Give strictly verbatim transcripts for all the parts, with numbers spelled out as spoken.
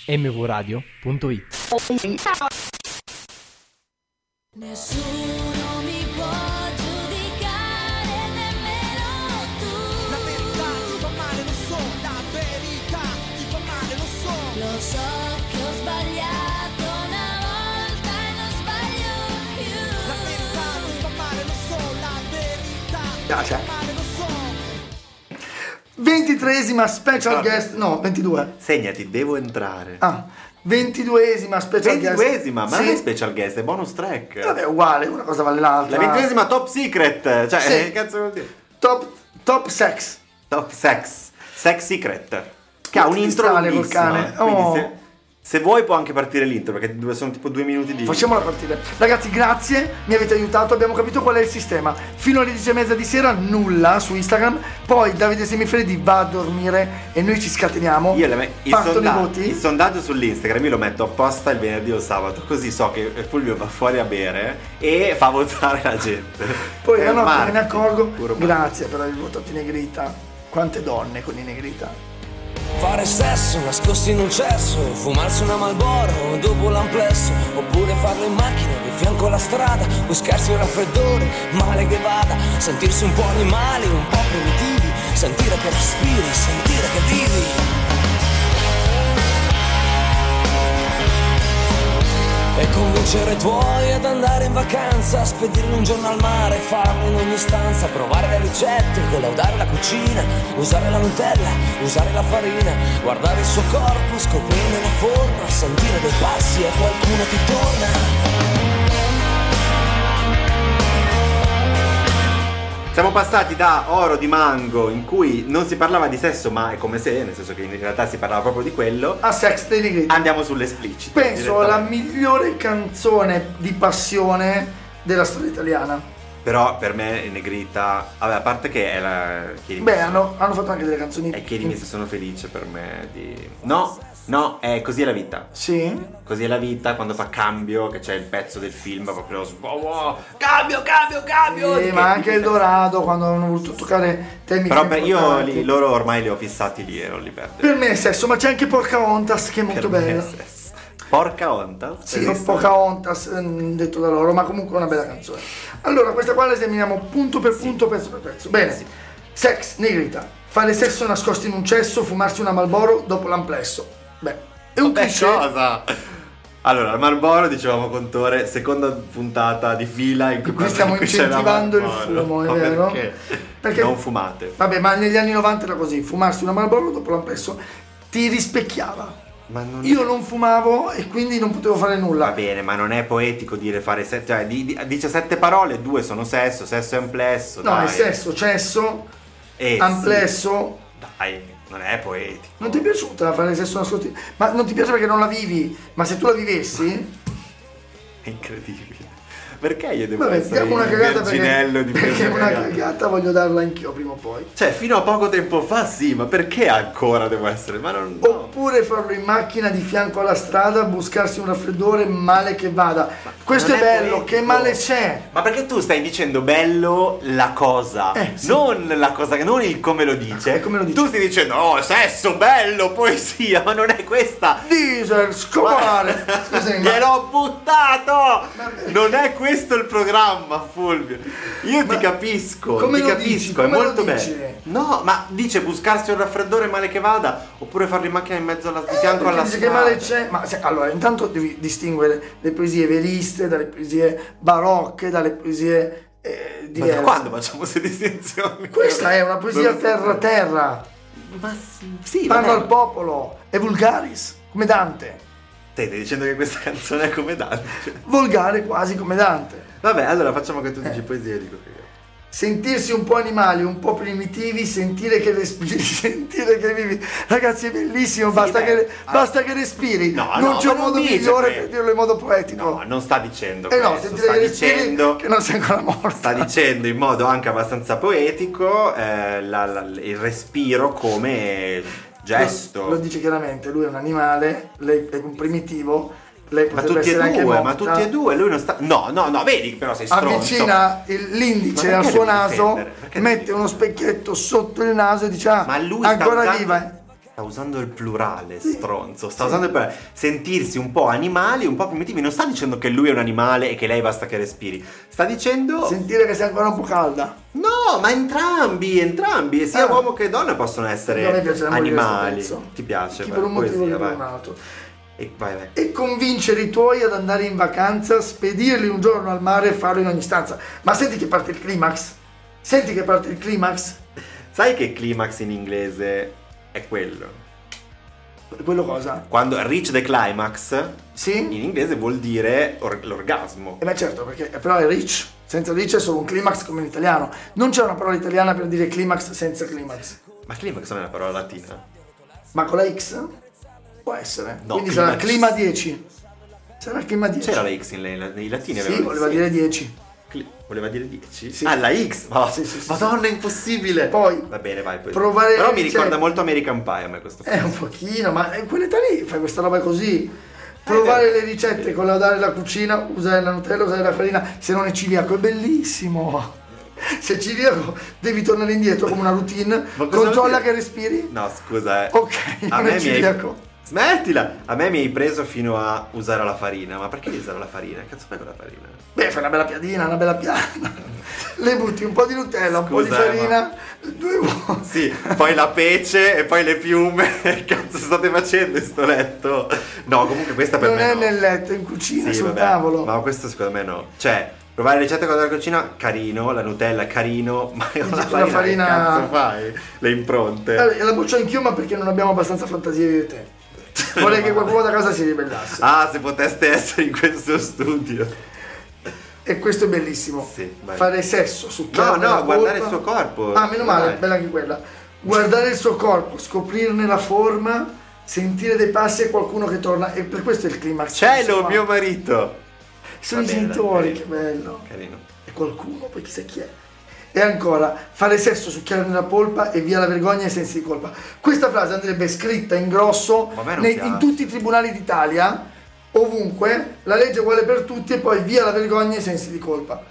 m v radio punto it. Nessuno mi può giudicare, nemmeno tu. La verità ti fa male, lo so, la verità ti fa male, lo so. Lo so che ho sbagliato una volta e non sbaglio più. La verità ti fa male, lo so, la verità ti Piace. fa male, lo so. ventitreesima special No. guest, no, ventidue. Segnati, devo entrare. Ah, ventiduesima special guest. ventiduesima, ma Sì. non è special guest, è bonus track. Vabbè, uguale, una cosa vale l'altra. La ventiduesima top secret, cioè, Sì. che cazzo vuol dire? Top, top sex. Top sex, sex secret, che ha un intro Sale col lunghissimo. cane. Quindi Oh. se, se vuoi può anche partire l'intro, perché due- sono tipo due minuti di... Facciamola partire. Ragazzi, grazie, mi avete aiutato, abbiamo capito qual è il sistema. Fino alle dieci e mezza di sera nulla su Instagram, poi Davide Semifreddi va a dormire e noi ci scateniamo. Io le me- il, Partono sonda- i voti. il sondaggio sull'Instagram io lo metto apposta il venerdì o il sabato, così so che Fulvio va fuori a bere e fa votare la gente. Poi È la un notte me marketing, ne accorgo. puro marketing. Grazie per aver votato in Negrita. Quante donne con i Negrita. Fare sesso nascosti in un cesso, fumarsi una Marlboro dopo l'amplesso, oppure farlo in macchina di fianco alla strada, buscarsi un raffreddore, male che vada, sentirsi un po' animali, un po' primitivi, sentire che respiri, sentire che vivi. E convincere i tuoi ad andare in vacanza, spedirli un giorno al mare, farlo in ogni stanza, provare le ricette, collaudare la cucina, usare la Nutella, usare la farina, guardare il suo corpo, scoprirne la forma, sentire dei passi e qualcuno che torna. Siamo passati da Oro di Mango, in cui non si parlava di sesso, ma è come se, nel senso che in realtà si parlava proprio di quello. A Sex dei Negrita. Andiamo sull'esplicito. Penso la direttamente. migliore canzone di passione della storia italiana. Però per me Negrita, vabbè, a parte che è la Chiedi Beh, hanno, hanno fatto anche delle canzoni. È Chiedimi se sono felice per me di... No, no, è Così è la vita. Sì? Così è la vita, quando fa Cambio, che c'è il pezzo del film proprio wow, wow, cambio, cambio, cambio. Sì, Che- ma anche il Dorado quando hanno voluto toccare temi Però più per io importanti. li- loro ormai li ho fissati lì e non li perdo. Per me è sesso, ma c'è anche Pocahontas che è molto Per me è bella. sesso. Porca onta. Sì, Esiste? Pocahontas, ehm, detto da loro, ma comunque è una bella canzone. Allora, questa qua la esaminiamo punto per punto, pezzo per pezzo. Bene, Sex, Negrita. Fare sesso nascosti in un cesso, fumarsi una Marlboro dopo l'amplesso. Beh, è un Beh, cliché. cosa? Allora, il Marlboro, dicevamo con Tore, seconda puntata di fila in cui, In cui stiamo in cui c'era incentivando il Marlboro. fumo, è Ma vero? Perché? Perché- Non fumate. Vabbè, ma negli anni novanta era così, fumarsi una Marlboro dopo l'amplesso ti rispecchiava. Ma non Io non fumavo e quindi non potevo fare nulla. Va bene, ma non è poetico dire fare sette, cioè di, di, diciassette parole, due sono sesso, sesso è amplesso. No, dai. è sesso, cesso, Eh, sì. amplesso. Dai, non è poetico. Non ti è piaciuta fare sesso nascosti? Ma non ti piace perché non la vivi? Ma se tu la vivessi? È incredibile. Perché io devo Vabbè, essere diamo una il cagata verginello perché, di perché questa una cagata? cagata voglio darla anch'io prima o poi. Cioè, fino a poco tempo fa sì, ma perché ancora devo essere? Ma non... no. Oppure farlo in macchina di fianco alla strada, buscarsi un raffreddore, male che vada. Questo è Non è bello, poetico. che male c'è? Ma perché tu stai dicendo bello la cosa, Eh, sì. non la cosa, non il come lo dice. E come lo dice? Tu stai dicendo, oh, sesso, bello, poesia, ma non è questa. Diesel, scomare! Scusami, ma- Gliel'ho buttato! Vabbè. Non è questo il programma, Fulvio. Io Ma ti capisco, come ti lo capisco, dici? è Come lo molto dici? bello. No, ma dice buscarsi un raffreddore male che vada, oppure farlo in macchina in mezzo alla, di fianco Perché alla dice strada. che male c'è? Ma se- allora, intanto devi distinguere le poesie veriste dalle poesie barocche, dalle poesie eh, Ma diverse. da quando facciamo queste distinzioni? Questa è una poesia Non lo so. terra terra, Ma sì, parla vabbè. al popolo, è vulgaris, come Dante. Stai dicendo che questa canzone è come Dante. Volgare quasi come Dante. Vabbè, allora facciamo che tu Eh. dici poesia e dico che io. Sentirsi un po' animali, un po' primitivi, sentire che respiri, sentire che vivi. Ragazzi, è bellissimo, basta, beh. che, Ah. basta che respiri. No, non no, c'è ma un non modo dice migliore questo. per dirlo in modo poetico. No, non sta dicendo Eh no, questo, sentire sta che respiri dicendo che non sei ancora morto. sta dicendo in modo anche abbastanza poetico eh, la- la- il respiro come gesto. Lo, lo dice chiaramente, lui è un animale, lei è un primitivo, lei Ma potrebbe tutti e essere anche due, morta. ma tutti e due, lui non sta. No, no, no, vedi, però sei stronzo. Avvicina il- l'indice Ma al perché suo devi naso, difendere? Perché devi mette uno specchietto sotto il naso e dice: ah, Ma lui sta ancora usando- viva. eh." Sta Sta usando il plurale, stronzo. Sta usando il plurale. Sentirsi un po' animali, un po' primitivi. Non sta dicendo che lui è un animale e che lei basta che respiri. Sta dicendo... Sentire che sei ancora un po' calda. No, ma entrambi, entrambi. Sia Ah. uomo che donna possono essere A me piace da morire animali. questo pezzo. Ti piace? Chi vai, per un motivo poesia, che per vai. un altro. E, vai, vai. E convincere i tuoi ad andare in vacanza, spedirli un giorno al mare e farlo in ogni stanza. Ma senti che parte il climax? Senti che parte il climax? Sai che climax in inglese è quello? Quello cosa? Quando reach the climax in Sì? inglese vuol dire or- l'orgasmo. Eh beh certo, perché però è rich. Senza rich è solo un climax come in italiano. Non c'è una parola italiana per dire climax senza climax. Ma climax non è una parola latina. Ma con la X? Può essere. No, Quindi sarà climax. clima dieci. Sarà clima dieci. C'era la X in lei, nei latini Sì, avevano- voleva dire dieci. Cli- voleva dire dieci? Sì. Ah, la X? Ma- Sì, sì, sì, Madonna, è impossibile. Poi, va bene, vai. Poi. provare Però le mi ricorda ricette. molto American Pie a me questo. Eh, un pochino, ma in quell'età lì fai questa roba così. Provare le ricette, collaudare la cucina, usare la Nutella, usare la farina, se non è celiaco, è bellissimo. Se è celiaco devi tornare indietro come una routine, Ma cosa controlla vuol dire? che respiri. No, scusa, eh. Ok, A non me è mi hai- celiaco. Smettila! A me mi hai preso fino a usare la farina. Ma perché devi usare la farina? Che cazzo fai con la farina? Beh, fai una bella piadina, una bella piana. Le butti un po' di Nutella, un po' di Scusa, eh, farina, due uova. Sì, poi la pece e poi le piume. Che cazzo state facendo in sto letto? No, comunque questa per Non me è no. nel letto, è in cucina, Sì, sul vabbè, tavolo. ma questo secondo me no. Cioè, provare le ricette con la cucina, carino, la Nutella, carino, ma con la con la farina, farina- che cazzo fai? Le impronte. Allora, la boccio anch'io, ma perché non abbiamo abbastanza fantasia io e te. Vorrei che qualcuno da casa si ribellasse. Ah, se poteste essere in questo studio. E questo è bellissimo. Sì, vai. Fare sesso, No, succhiarne la no, guardare polpa. il suo corpo. Ah, meno male, Dai. bella anche quella. Guardare il suo corpo, scoprirne la forma, sentire dei passi e qualcuno che torna. E per questo è il climax. Cielo, Qua. mio marito. Sono Va i bene, genitori, dai, che bello. Carino. E qualcuno, poi chissà chi è. E ancora, fare sesso, succhiarne la polpa e via la vergogna e i sensi di colpa. Questa frase andrebbe scritta in grosso Ma a me non nei- piace. in tutti i tribunali d'Italia, ovunque, la legge è uguale per tutti e poi via la vergogna e i sensi di colpa.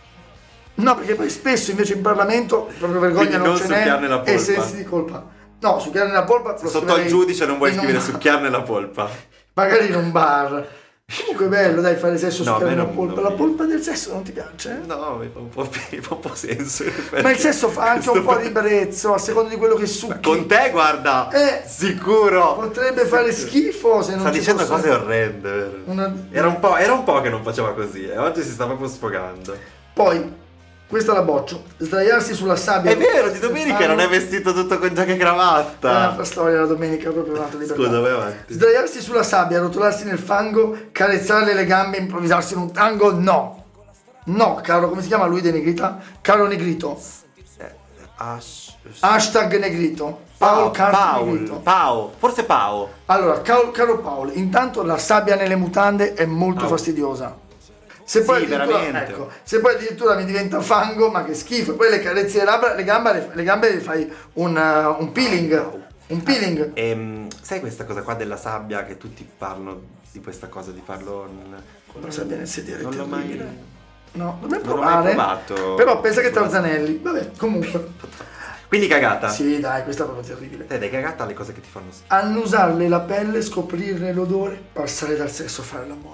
No, perché poi spesso invece in Parlamento proprio vergogna Quindi non non ce succhiarne la n'è e polpa. sensi di colpa. No, succhiarne la polpa lo Sotto al scriverei giudice non vuoi in un- scrivere succhiarne la polpa. magari in un bar. Comunque è bello, dai, fare sesso, No, a succhiarne me la non- polpa. non La mi- polpa del sesso non ti piace? No, mi fa un po', mi fa un po' senso. Ma il sesso fa anche un po' di brezzo a seconda di quello che succhi. Con te, guarda, Eh, sicuro. Potrebbe fare schifo se non Sta ci dicendo fosse cose orrende, vero? una- Era un, po', era un po' che non faceva così e oggi si sta proprio sfogando. Poi, questa la boccio. Sdraiarsi sulla sabbia. È vero, di domenica Ah, non è vestito tutto con giacca e È un'altra cravatta. storia, la domenica, proprio un'altra libertà. Scusa, vai avanti. Sdraiarsi sulla sabbia, rotolarsi nel fango, carezzare le gambe, improvvisarsi in un tango, no. No, caro, come si chiama lui de Negrita? Caro Negrito. Eh, Ash- Hashtag Negrito. Paolo Paolo, Carti Paolo, Negrito. Pao, forse Pao. Allora, caro, caro Paolo, intanto la sabbia nelle mutande è molto Au. fastidiosa. Se poi, Sì, addirittura, veramente. ecco, se poi addirittura mi diventa fango, ma che schifo, poi le carezze le labbra, le gambe, le, le gambe le fai un, uh, un peeling. Un peeling. Ehm, sai questa cosa qua della sabbia che tutti parlano di questa cosa di farlo in... Con la sabbia nel sedere, è Non l'ho mai... terribile. No, dobbiamo Non l'ho mai provare. provato. Però pensa che Tarzanelli. Vabbè, comunque. Quindi cagata. Sì, dai, questa è proprio terribile. Te dai cagata alle cose che ti fanno schifo. Annusarle la pelle, scoprirne l'odore, passare dal sesso a fare l'amore.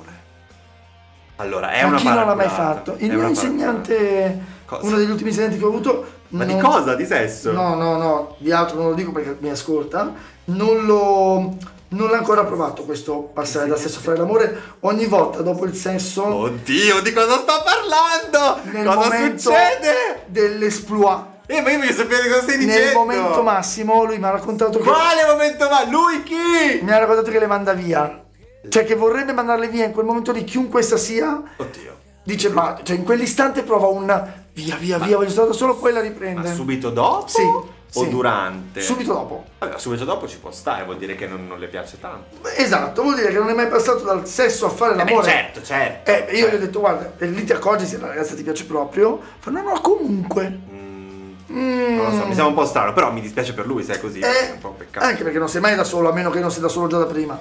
Allora, è Ma una chi non l'ha mai paraculata. fatto? È Il mio una insegnante, Cosa? uno degli ultimi insegnanti che ho avuto. Ma non- di cosa? Di sesso? No, no, no, di altro non lo dico perché mi ascolta. Non lo. Non l'ha ancora provato questo passare dal sesso a fare l'amore. Ogni volta dopo il sesso. Oddio, di cosa sto parlando? Nel Cosa momento succede? dell'esploit. Eh, ma io voglio sapere cosa stai dicendo. Nel momento massimo lui mi ha raccontato che. Quale momento ma? Lui chi? Mi ha raccontato che le manda via. Cioè che vorrebbe mandarle via in quel momento lì, chiunque essa sia. Oddio. Dice, ma cioè in quell'istante prova un via, via, via, voglio stare da solo, poi la riprende. Ma subito dopo? Sì, O sì. durante? Subito dopo. Vabbè, subito dopo ci può stare, vuol dire che non, non le piace tanto. Esatto, vuol dire che non è mai passato dal sesso a fare Eh beh, l'amore. certo, certo. Eh, io gli ho certo. detto, guarda, e lì ti accorgi se la ragazza ti piace proprio. Fa, no, no, comunque. Mm, Mm. Non lo so, mi sembra un po' strano, però mi dispiace per lui se è così. È Eh, un po' un peccato. anche perché non sei mai da solo, a meno che non sei da solo già da prima.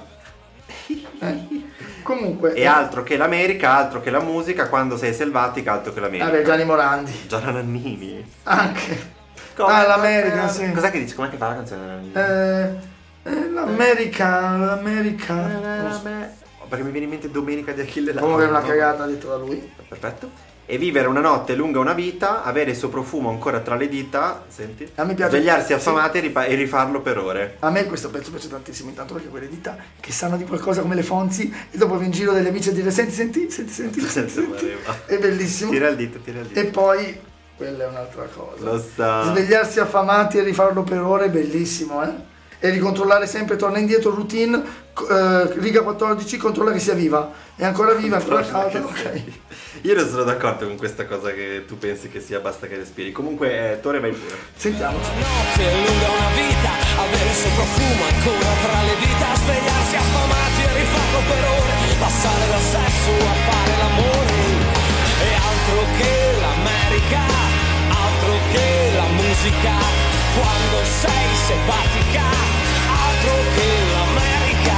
Eh. Comunque. E altro che l'America, altro che la musica, quando sei selvatica, altro che l'America. Vabbè, Gianni Morandi. Gianna Nannini. Anche. Come Ah, l'America, sì. Cos'è che dice? Com'è che fa la canzone? Eh, Eh, l'America, l'America. Non so. Perché mi viene in mente Domenica di Achille Lauro. Comunque è una cagata detto da lui. Perfetto. E vivere una notte lunga una vita, avere il suo profumo ancora tra le dita, senti? A me piace. Svegliarsi Sì. affamati e, ripa- e rifarlo per ore. A me questo pezzo piace tantissimo, intanto perché quelle dita che sanno di qualcosa come le Fonzi e dopo vai in giro delle amici a dire senti, senti, senti, senti, senti, senti. È bellissimo. Tira il dito, tira il dito. E poi, quella è un'altra cosa. Lo sa. Svegliarsi affamati e rifarlo per ore è bellissimo, eh? E ricontrollare sempre, torna indietro, routine, eh, riga quattordici, controlla che sia viva. È ancora viva, ancora calda, ok. Io non sono d'accordo con questa cosa che tu pensi che sia basta che respiri. Comunque, eh, Tore, vai pure. Sentiamoci. Una notte lunga una vita, avere il suo profumo ancora tra le dita, svegliarsi affamati e rifarlo per ore, passare dal sesso a fare l'amore. E altro che l'America, altro che la musica, quando sei selvatica, altro che l'America,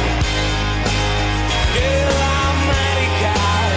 che l'America,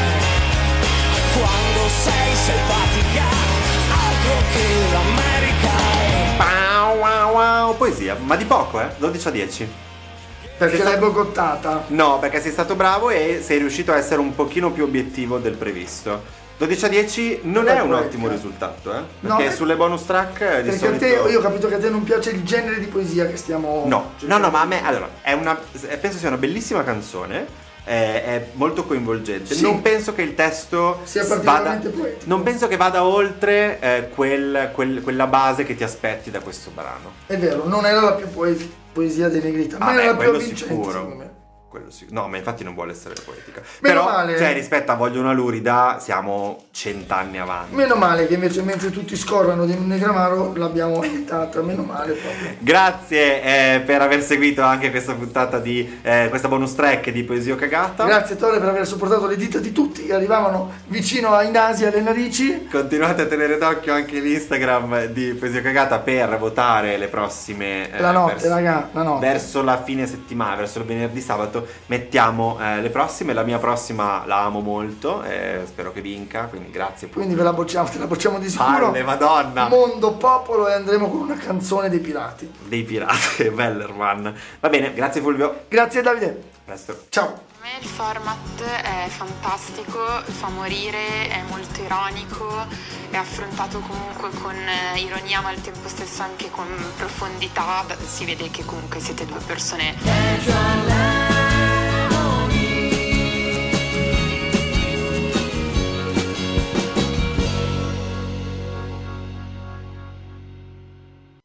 quando sei selvatica, altro che l'America. Wow, wow, wow. Poesia, ma di poco, eh? dodici a dieci. Perché Sei l'hai stato- bogottata. No, perché sei stato bravo e sei riuscito a essere un pochino più obiettivo del previsto. dodici a dieci non Non è è un poetica. ottimo risultato, eh? No, Perché eh, sulle bonus track eh, di Perché solito... a te, io ho capito che a te non piace il genere di poesia che stiamo... No, no, no, ma a me, allora, è una, penso sia una bellissima canzone, è, è molto coinvolgente, Sì. non penso che il testo Sia vada, particolarmente poetico. non penso che vada oltre eh, quel- quel- quella base che ti aspetti da questo brano. È vero, non era la più poe- poesia di Negrita, ma Vabbè, era la più quello avvincente, sicuro. secondo me. Quello sì. No, ma infatti non vuole essere poetica. Meno Però, male. cioè, rispetto a Voglio una lurida, siamo cent'anni avanti. Meno male che invece mentre tutti scorrano di Negramaro l'abbiamo aiutata, meno male proprio. Grazie eh, per aver seguito anche questa puntata di eh, questa bonus track di Poesia Cagata. Grazie Tore per aver sopportato le dita di tutti che arrivavano vicino ai nasi e alle narici. Continuate a tenere d'occhio anche l'Instagram di Poesia Cagata per votare le prossime eh, La notte, verso, raga, la notte. verso la fine settimana, verso il venerdì sabato mettiamo eh, le prossime. La mia prossima la amo molto, eh, spero che vinca, quindi grazie. Quindi ve la bocciamo, te la bocciamo di sicuro. Palle, madonna. Mondo, popolo e andremo con una canzone dei pirati. Dei pirati, Bellerman. Va bene, grazie Fulvio. Grazie Davide. A presto. Ciao. Per me il format è fantastico, fa morire, è molto ironico, è affrontato comunque con eh, ironia ma al tempo stesso anche con profondità. Beh, si vede che comunque siete due persone